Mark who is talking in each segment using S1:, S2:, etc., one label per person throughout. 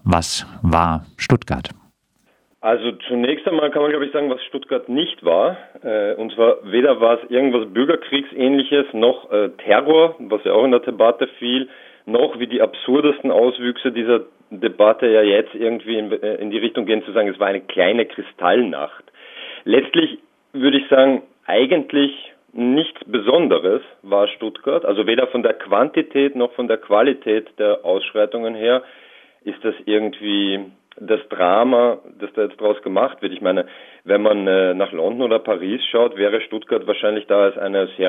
S1: was war Stuttgart?
S2: Also zunächst einmal kann man, glaube ich, sagen, was Stuttgart nicht war. Und zwar weder war es irgendwas Bürgerkriegsähnliches, noch Terror, was ja auch in der Debatte fiel, noch wie die absurdesten Auswüchse dieser Debatte ja jetzt irgendwie in die Richtung gehen, zu sagen, es war eine kleine Kristallnacht. Letztlich würde ich sagen, eigentlich nichts Besonderes war Stuttgart, also weder von der Quantität noch von der Qualität der Ausschreitungen her ist das irgendwie das Drama, das da jetzt draus gemacht wird. Ich meine, wenn man nach London oder Paris schaut, wäre Stuttgart wahrscheinlich da als ein sehr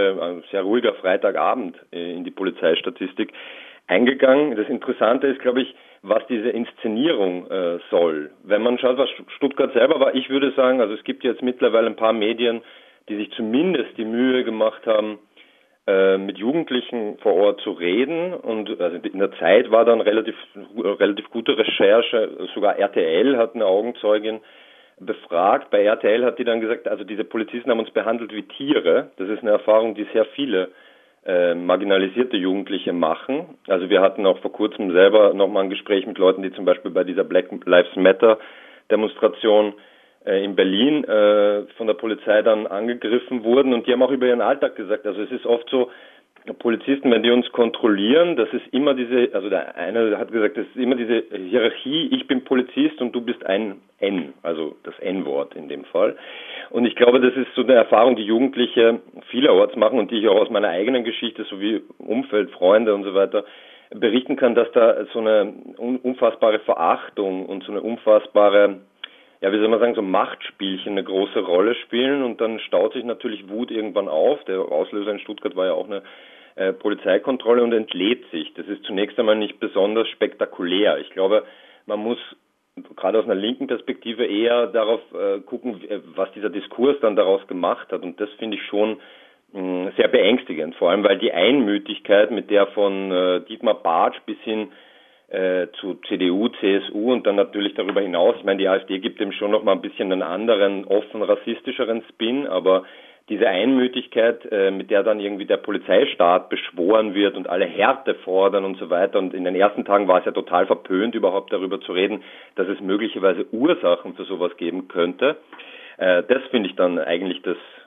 S2: ruhiger Freitagabend in die Polizeistatistik eingegangen. Das Interessante ist, glaube ich, was diese Inszenierung soll. Wenn man schaut, was Stuttgart selber war, ich würde sagen, also es gibt jetzt mittlerweile ein paar Medien, die sich zumindest die Mühe gemacht haben, mit Jugendlichen vor Ort zu reden, und also in der Zeit war dann relativ gute Recherche, sogar RTL hat eine Augenzeugin befragt. Bei RTL hat die dann gesagt, also diese Polizisten haben uns behandelt wie Tiere. Das ist eine Erfahrung, die sehr viele marginalisierte Jugendliche machen. Also wir hatten auch vor kurzem selber nochmal ein Gespräch mit Leuten, die zum Beispiel bei dieser Black Lives Matter Demonstration in Berlin von der Polizei dann angegriffen wurden, und die haben auch über ihren Alltag gesagt, also es ist oft so, Polizisten, wenn die uns kontrollieren, das ist immer diese, also der eine hat gesagt, das ist immer diese Hierarchie, ich bin Polizist und du bist ein N, also das N-Wort in dem Fall. Und ich glaube, das ist so eine Erfahrung, die Jugendliche vielerorts machen und die ich auch aus meiner eigenen Geschichte sowie Umfeld, Freunde und so weiter berichten kann, dass da so eine unfassbare Verachtung und so eine unfassbare, ja, wie soll man sagen, so Machtspielchen eine große Rolle spielen, und dann staut sich natürlich Wut irgendwann auf. Der Auslöser in Stuttgart war ja auch eine Polizeikontrolle, und entlädt sich. Das ist zunächst einmal nicht besonders spektakulär. Ich glaube, man muss gerade aus einer linken Perspektive eher darauf gucken, was dieser Diskurs dann daraus gemacht hat, und das finde ich schon sehr beängstigend, vor allem weil die Einmütigkeit, mit der von Dietmar Bartsch bis hin zu CDU, CSU und dann natürlich darüber hinaus, ich meine, die AfD gibt dem schon noch mal ein bisschen einen anderen, offen rassistischeren Spin, aber diese Einmütigkeit, mit der dann irgendwie der Polizeistaat beschworen wird und alle Härte fordern und so weiter, und in den ersten Tagen war es ja total verpönt, überhaupt darüber zu reden, dass es möglicherweise Ursachen für sowas geben könnte. Das finde ich dann eigentlich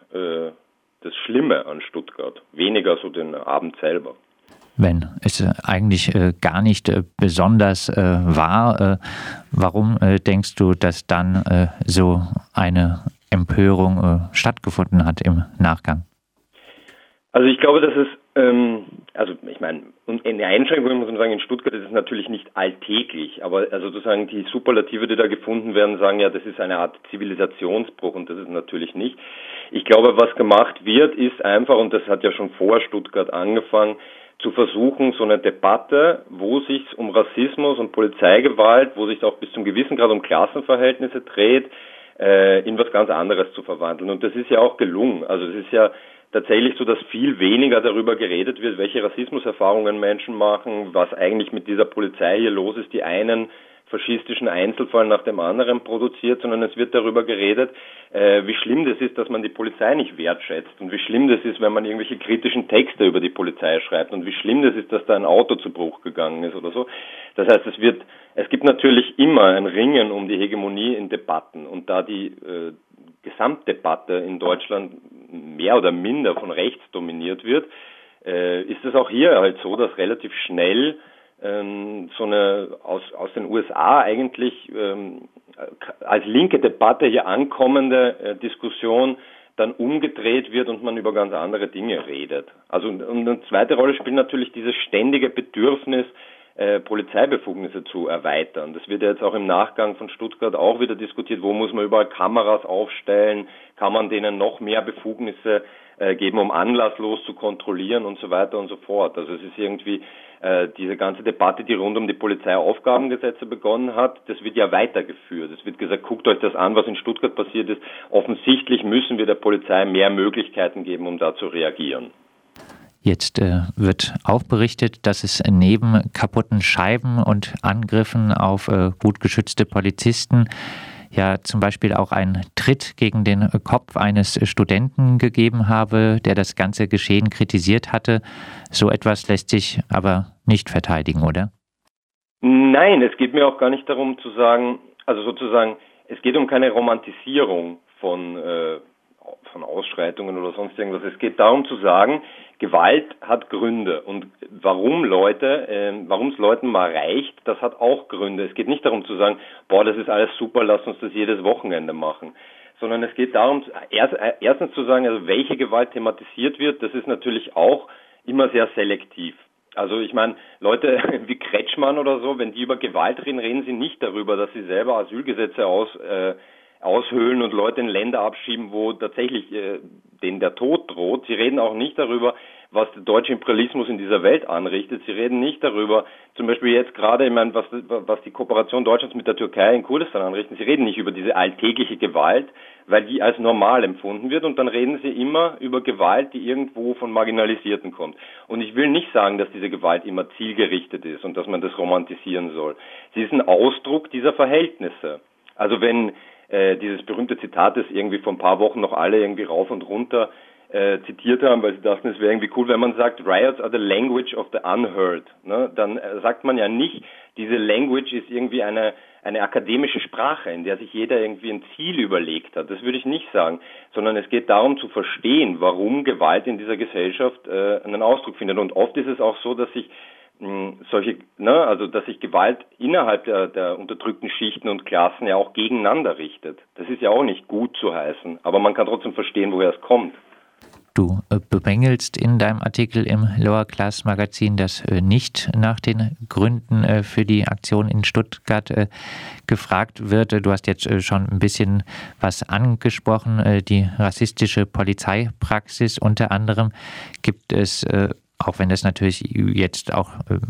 S2: das Schlimme an Stuttgart, weniger so den Abend selber.
S1: Wenn es eigentlich gar nicht besonders war, warum denkst du, dass dann so eine Empörung stattgefunden hat im Nachgang?
S2: Also ich glaube, dass es, also ich meine, in der Einschränkung muss man sagen, in Stuttgart ist es natürlich nicht alltäglich, aber also sozusagen die Superlative, die da gefunden werden, sagen ja, das ist eine Art Zivilisationsbruch, und das ist natürlich nicht. Ich glaube, was gemacht wird, ist einfach, und das hat ja schon vor Stuttgart angefangen, zu versuchen, so eine Debatte, wo sich um Rassismus und Polizeigewalt, wo sich auch bis zum gewissen Grad um Klassenverhältnisse dreht, in was ganz anderes zu verwandeln. Und das ist ja auch gelungen. Also es ist ja tatsächlich so, dass viel weniger darüber geredet wird, welche Rassismuserfahrungen Menschen machen, was eigentlich mit dieser Polizei hier los ist, die einen faschistischen Einzelfall nach dem anderen produziert, sondern es wird darüber geredet, wie schlimm das ist, dass man die Polizei nicht wertschätzt, und wie schlimm das ist, wenn man irgendwelche kritischen Texte über die Polizei schreibt, und wie schlimm das ist, dass da ein Auto zu Bruch gegangen ist oder so. Das heißt, es gibt natürlich immer ein Ringen um die Hegemonie in Debatten, und da die Gesamtdebatte in Deutschland mehr oder minder von rechts dominiert wird, ist es auch hier halt so, dass relativ schnell so eine aus den USA eigentlich als linke Debatte hier ankommende Diskussion dann umgedreht wird und man über ganz andere Dinge redet. Also und eine zweite Rolle spielt natürlich dieses ständige Bedürfnis, Polizeibefugnisse zu erweitern. Das wird ja jetzt auch im Nachgang von Stuttgart auch wieder diskutiert, wo muss man überall Kameras aufstellen, kann man denen noch mehr Befugnisse geben, um anlasslos zu kontrollieren und so weiter und so fort. Also es ist irgendwie diese ganze Debatte, die rund um die Polizeiaufgabengesetze begonnen hat, das wird ja weitergeführt. Es wird gesagt, guckt euch das an, was in Stuttgart passiert ist. Offensichtlich müssen wir der Polizei mehr Möglichkeiten geben, um da zu reagieren.
S1: Jetzt wird auch berichtet, dass es neben kaputten Scheiben und Angriffen auf gut geschützte Polizisten ja zum Beispiel auch einen Tritt gegen den Kopf eines Studenten gegeben habe, der das ganze Geschehen kritisiert hatte. So etwas lässt sich aber nicht verteidigen, oder?
S2: Nein, es geht mir auch gar nicht darum zu sagen, also sozusagen, es geht um keine Romantisierung von Ausschreitungen oder sonst irgendwas. Es geht darum zu sagen, Gewalt hat Gründe und warum es Leuten mal reicht, das hat auch Gründe. Es geht nicht darum zu sagen, boah, das ist alles super, lass uns das jedes Wochenende machen. Sondern es geht darum, erstens zu sagen, also welche Gewalt thematisiert wird, das ist natürlich auch immer sehr selektiv. Also ich meine, Leute wie Kretschmann oder so, wenn die über Gewalt reden, reden sie nicht darüber, dass sie selber Asylgesetze aushöhlen und Leute in Länder abschieben, wo tatsächlich denen der Tod droht. Sie reden auch nicht darüber, was der deutsche Imperialismus in dieser Welt anrichtet. Sie reden nicht darüber, zum Beispiel jetzt gerade, ich meine, was die Kooperation Deutschlands mit der Türkei in Kurdistan anrichten. Sie reden nicht über diese alltägliche Gewalt, weil die als normal empfunden wird, und dann reden sie immer über Gewalt, die irgendwo von Marginalisierten kommt. Und ich will nicht sagen, dass diese Gewalt immer zielgerichtet ist und dass man das romantisieren soll. Sie ist ein Ausdruck dieser Verhältnisse. Also wenn dieses berühmte Zitat, das irgendwie vor ein paar Wochen noch alle irgendwie rauf und runter zitiert haben, weil sie dachten, es wäre irgendwie cool, wenn man sagt, Riots are the language of the unheard. Ne? Dann sagt man ja nicht, diese Language ist irgendwie eine akademische Sprache, in der sich jeder irgendwie ein Ziel überlegt hat. Das würde ich nicht sagen, sondern es geht darum zu verstehen, warum Gewalt in dieser Gesellschaft einen Ausdruck findet. Und oft ist es auch so, dass sich dass sich Gewalt innerhalb der unterdrückten Schichten und Klassen ja auch gegeneinander richtet. Das ist ja auch nicht gut zu heißen, aber man kann trotzdem verstehen, woher es kommt.
S1: Du bemängelst in deinem Artikel im Lower Class Magazin, dass nicht nach den Gründen für die Aktion in Stuttgart gefragt wird. Du hast jetzt schon ein bisschen was angesprochen, die rassistische Polizeipraxis unter anderem. Gibt es, auch wenn das natürlich jetzt auch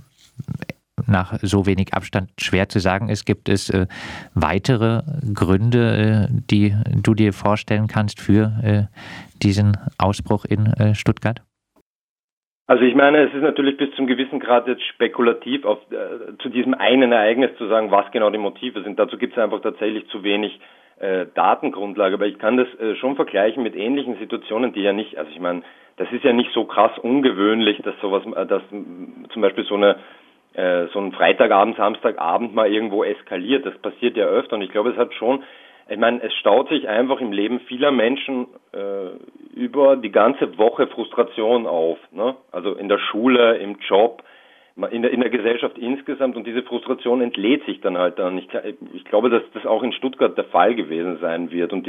S1: nach so wenig Abstand schwer zu sagen ist, gibt es weitere Gründe, die du dir vorstellen kannst für diesen Ausbruch in Stuttgart?
S2: Also ich meine, es ist natürlich bis zum gewissen Grad jetzt spekulativ, zu diesem einen Ereignis zu sagen, was genau die Motive sind. Dazu gibt es einfach tatsächlich zu wenig Datengrundlage. Aber ich kann das schon vergleichen mit ähnlichen Situationen, die ja nicht, also ich meine, das ist ja nicht so krass ungewöhnlich, dass dass zum Beispiel so ein Freitagabend, Samstagabend mal irgendwo eskaliert. Das passiert ja öfter, und ich glaube, ich meine, es staut sich einfach im Leben vieler Menschen über die ganze Woche Frustration auf, ne? Also in der Schule, im Job, in der Gesellschaft insgesamt, und diese Frustration entlädt sich dann halt dann. Ich glaube, dass das auch in Stuttgart der Fall gewesen sein wird, und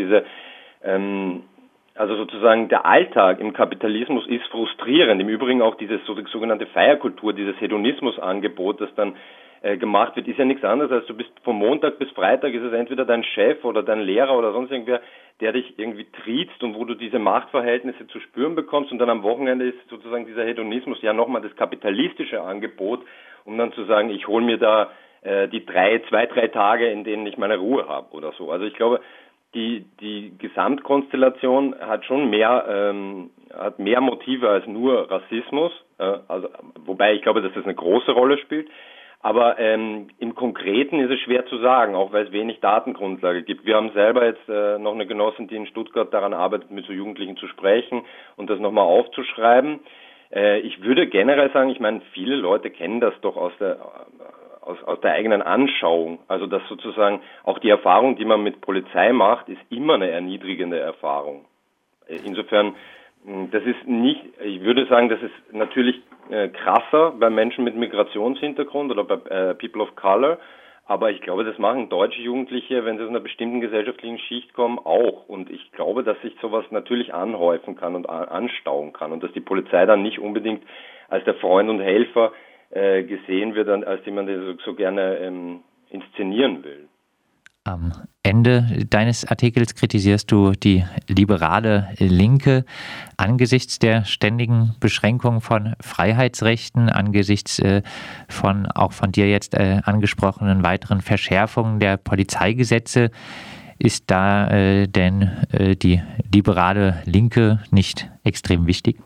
S2: also sozusagen der Alltag im Kapitalismus ist frustrierend. Im Übrigen auch diese sogenannte Feierkultur, dieses Hedonismusangebot, das dann gemacht wird, ist ja nichts anderes, als du bist von Montag bis Freitag, ist es entweder dein Chef oder dein Lehrer oder sonst irgendwer, der dich irgendwie triezt und wo du diese Machtverhältnisse zu spüren bekommst, und dann am Wochenende ist sozusagen dieser Hedonismus ja nochmal das kapitalistische Angebot, um dann zu sagen, ich hole mir da die 2-3 Tage, in denen ich meine Ruhe habe oder so. Also ich glaube, die Gesamtkonstellation hat schon mehr Motive als nur Rassismus, also wobei ich glaube, dass das eine große Rolle spielt. Aber im Konkreten ist es schwer zu sagen, auch weil es wenig Datengrundlage gibt. Wir haben selber jetzt noch eine Genossin, die in Stuttgart daran arbeitet, mit so Jugendlichen zu sprechen und das nochmal aufzuschreiben. Ich würde generell sagen, ich meine, viele Leute kennen das doch aus der eigenen Anschauung. Also dass sozusagen auch die Erfahrung, die man mit Polizei macht, ist immer eine erniedrigende Erfahrung. Insofern, ich würde sagen, das ist natürlich krasser bei Menschen mit Migrationshintergrund oder bei People of Color, aber ich glaube, das machen deutsche Jugendliche, wenn sie aus einer bestimmten gesellschaftlichen Schicht kommen, auch. Und ich glaube, dass sich sowas natürlich anhäufen kann und anstauen kann, und dass die Polizei dann nicht unbedingt als der Freund und Helfer gesehen wird, als jemand, der so gerne inszenieren will.
S1: Am Ende deines Artikels kritisierst du die liberale Linke angesichts der ständigen Beschränkung von Freiheitsrechten, angesichts auch von dir jetzt angesprochenen weiteren Verschärfungen der Polizeigesetze. Ist da denn die liberale Linke nicht extrem wichtig?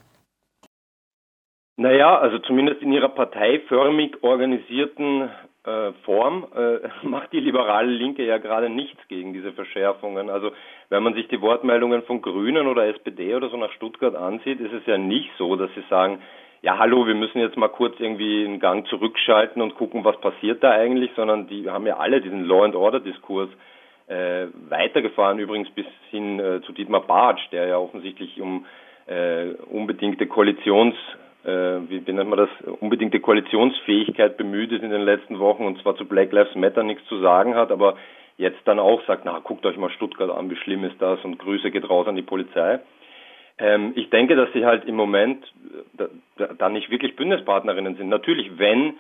S2: Naja, also zumindest in ihrer parteiförmig organisierten Form macht die liberale Linke ja gerade nichts gegen diese Verschärfungen. Also wenn man sich die Wortmeldungen von Grünen oder SPD oder so nach Stuttgart ansieht, ist es ja nicht so, dass sie sagen, ja hallo, wir müssen jetzt mal kurz irgendwie einen Gang zurückschalten und gucken, was passiert da eigentlich, sondern die haben ja alle diesen Law-and-Order-Diskurs weitergefahren, übrigens bis hin zu Dietmar Bartsch, der ja offensichtlich um unbedingte unbedingte Koalitionsfähigkeit bemüht ist in den letzten Wochen und zwar zu Black Lives Matter nichts zu sagen hat, aber jetzt dann auch sagt, na, guckt euch mal Stuttgart an, wie schlimm ist das und Grüße geht raus an die Polizei. Ich denke, dass sie halt im Moment da nicht wirklich Bündnispartnerinnen sind. Natürlich, wenn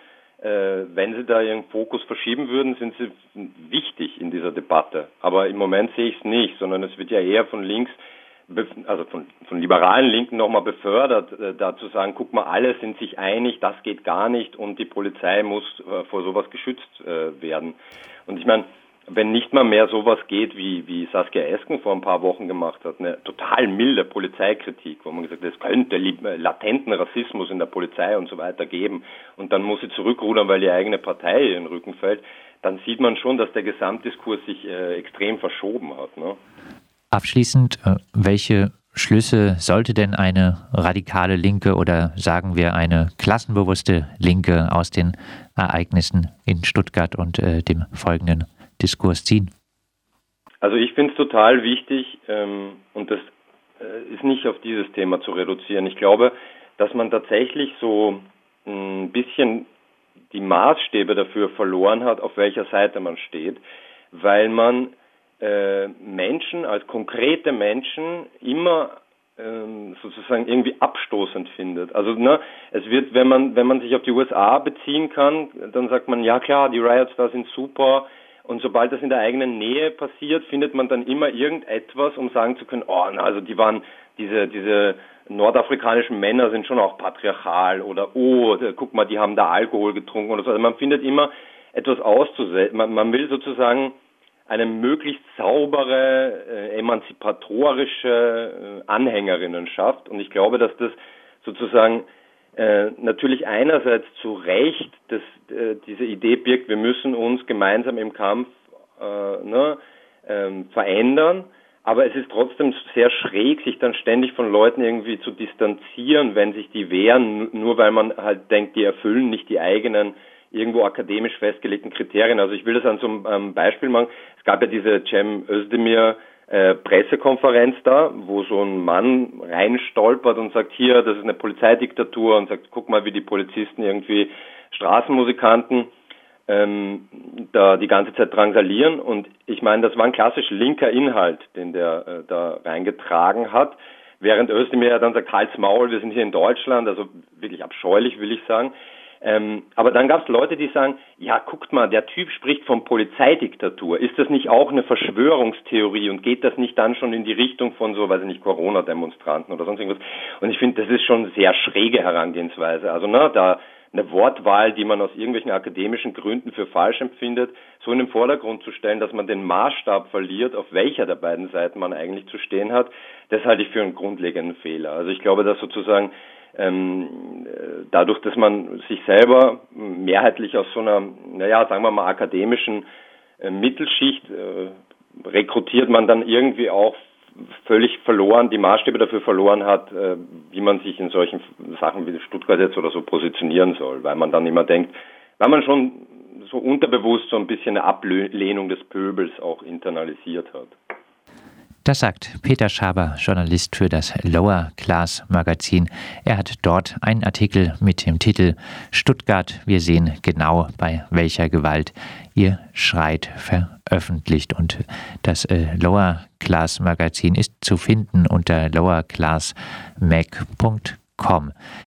S2: sie da ihren Fokus verschieben würden, sind sie wichtig in dieser Debatte. Aber im Moment sehe ich es nicht, sondern es wird ja eher von links, also von liberalen Linken nochmal befördert, da zu sagen, guck mal, alle sind sich einig, das geht gar nicht und die Polizei muss vor sowas geschützt werden. Und ich meine, wenn nicht mal mehr sowas geht, wie Saskia Esken vor ein paar Wochen gemacht hat, eine total milde Polizeikritik, wo man gesagt hat, es könnte latenten Rassismus in der Polizei und so weiter geben und dann muss sie zurückrudern, weil die eigene Partei in den Rücken fällt, dann sieht man schon, dass der Gesamtdiskurs sich extrem verschoben hat. Ne?
S1: Abschließend, welche Schlüsse sollte denn eine radikale Linke oder sagen wir eine klassenbewusste Linke aus den Ereignissen in Stuttgart und dem folgenden Diskurs ziehen?
S2: Also ich finde es total wichtig und das ist nicht auf dieses Thema zu reduzieren. Ich glaube, dass man tatsächlich so ein bisschen die Maßstäbe dafür verloren hat, auf welcher Seite man steht, weil man Menschen als konkrete Menschen immer sozusagen irgendwie abstoßend findet. Also es wird, wenn man sich auf die USA beziehen kann, dann sagt man, ja klar, die Riots da sind super. Und sobald das in der eigenen Nähe passiert, findet man dann immer irgendetwas, um sagen zu können, also diese nordafrikanischen Männer sind schon auch patriarchal oder guck mal, die haben da Alkohol getrunken oder so. Also man findet immer etwas auszusetzen. Man will sozusagen eine möglichst saubere, emanzipatorische Anhängerinnenschaft. Und ich glaube, dass das sozusagen natürlich einerseits zu Recht diese Idee birgt, wir müssen uns gemeinsam im Kampf verändern, aber es ist trotzdem sehr schräg, sich dann ständig von Leuten irgendwie zu distanzieren, wenn sich die wehren, nur weil man halt denkt, die erfüllen nicht die eigenen irgendwo akademisch festgelegten Kriterien. Also ich will das an so einem Beispiel machen. Es gab ja diese Cem Özdemir Pressekonferenz da, wo so ein Mann reinstolpert und sagt, hier, das ist eine Polizeidiktatur und sagt, guck mal, wie die Polizisten irgendwie Straßenmusikanten da die ganze Zeit drangsalieren. Und ich meine, das war ein klassisch linker Inhalt, den der da reingetragen hat, während Özdemir dann sagt, halt's Maul, wir sind hier in Deutschland, also wirklich abscheulich, will ich sagen. Aber dann gab es Leute, die sagen, ja, guckt mal, der Typ spricht von Polizeidiktatur. Ist das nicht auch eine Verschwörungstheorie und geht das nicht dann schon in die Richtung von so, weiß ich nicht, Corona-Demonstranten oder sonst irgendwas? Und ich finde, das ist schon eine sehr schräge Herangehensweise. Also da eine Wortwahl, die man aus irgendwelchen akademischen Gründen für falsch empfindet, so in den Vordergrund zu stellen, dass man den Maßstab verliert, auf welcher der beiden Seiten man eigentlich zu stehen hat, das halte ich für einen grundlegenden Fehler. Also ich glaube, dass sozusagen dadurch, dass man sich selber mehrheitlich aus so einer, sagen wir mal, akademischen Mittelschicht rekrutiert, man dann irgendwie auch völlig verloren, die Maßstäbe dafür verloren hat, wie man sich in solchen Sachen wie Stuttgart jetzt oder so positionieren soll, weil man dann immer denkt, weil man schon so unterbewusst so ein bisschen eine Ablehnung des Pöbels auch internalisiert hat.
S1: Das sagt Peter Schaber, Journalist für das Lower Class Magazin. Er hat dort einen Artikel mit dem Titel Stuttgart, wir sehen genau, bei welcher Gewalt ihr schreit, veröffentlicht. Und das Lower Class Magazin ist zu finden unter lowerclassmag.com.